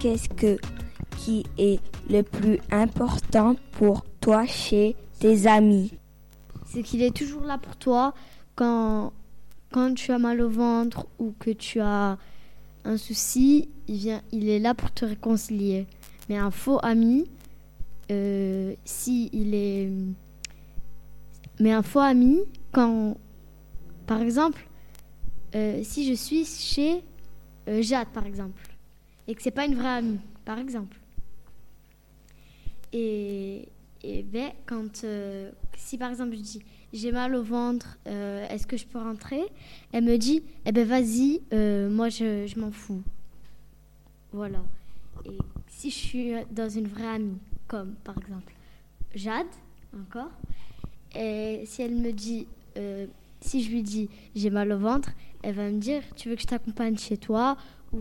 qui est le plus important pour toi chez tes amis? C'est qu'il est toujours là pour toi quand tu as mal au ventre ou que tu as un souci, il est là pour te réconcilier. Mais un faux ami, Mais un faux ami, quand, par exemple, si je suis chez Jade, par exemple, et que c'est pas une vraie amie, par exemple, et si par exemple je dis j'ai mal au ventre, est-ce que je peux rentrer? Elle me dit vas-y, moi je m'en fous. Voilà. Et si je suis dans une vraie amie, comme par exemple Jade, encore, et si elle me dit, si je lui dis j'ai mal au ventre, elle va me dire tu veux que je t'accompagne chez toi, ou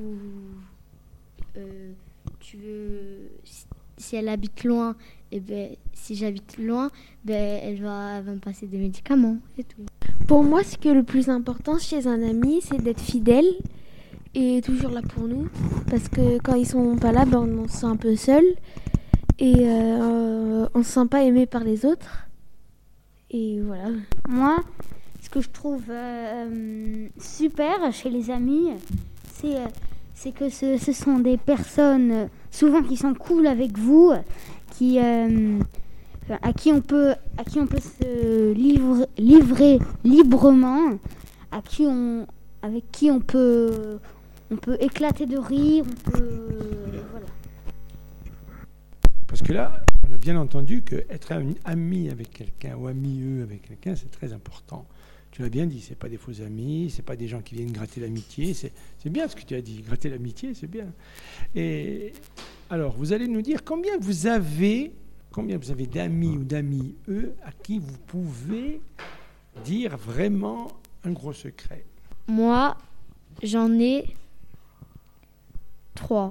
tu veux, si elle habite loin, si j'habite loin, elle va me passer des médicaments et tout. Pour moi, ce qui est le plus important chez un ami, c'est d'être fidèle et toujours là pour nous. Parce que quand ils sont pas là, on se sent un peu seul et on se sent pas aimé par les autres. Et voilà. Moi, ce que je trouve super chez les amis, c'est que ce sont des personnes souvent qui sont cool avec vous, à qui on peut se livrer librement, avec qui on peut éclater de rire, voilà. Parce que là, on a bien entendu qu'être ami avec quelqu'un ou ami avec quelqu'un, c'est très important. Tu l'as bien dit, c'est pas des faux amis, c'est pas des gens qui viennent gratter l'amitié, c'est bien ce que tu as dit, gratter l'amitié, c'est bien. Et alors, vous allez nous dire combien vous avez d'amis ou d'amis, à qui vous pouvez dire vraiment un gros secret? Moi, j'en ai 3.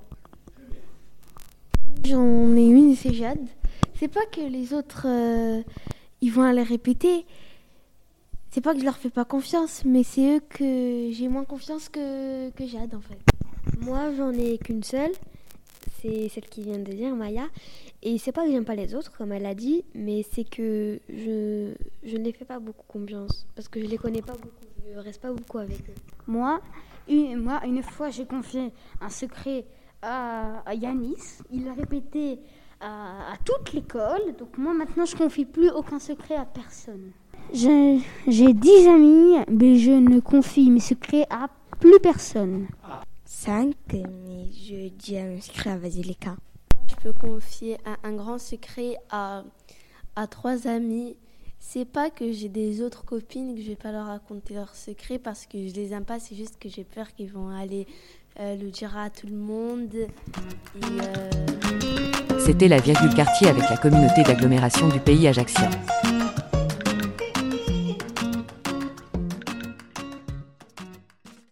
J'en ai une, c'est Jade. C'est pas que les autres, ils vont aller répéter. C'est pas que je leur fais pas confiance, mais c'est eux que j'ai moins confiance que Jade, en fait. Moi, j'en ai qu'une seule. C'est celle qui vient de dire, Maya. Et c'est pas que j'aime pas les autres, comme elle a dit, mais c'est que je ne les fais pas beaucoup confiance. Parce que je les connais pas beaucoup. Je reste pas beaucoup avec eux. Moi, une fois, j'ai confié un secret à Yanis. Il l'a répété à toute l'école. Donc moi, maintenant, je confie plus aucun secret à personne. J'ai 10 amis, mais je ne confie mes secrets à plus personne. 5, mais je dis un secret à Vasilika. Je peux confier un grand secret à 3 amis. C'est pas que j'ai des autres copines que je vais pas leur raconter leurs secrets parce que je les aime pas, c'est juste que j'ai peur qu'ils vont aller le dire à tout le monde. C'était la virgule quartier avec la communauté d'agglomération du pays ajaccien.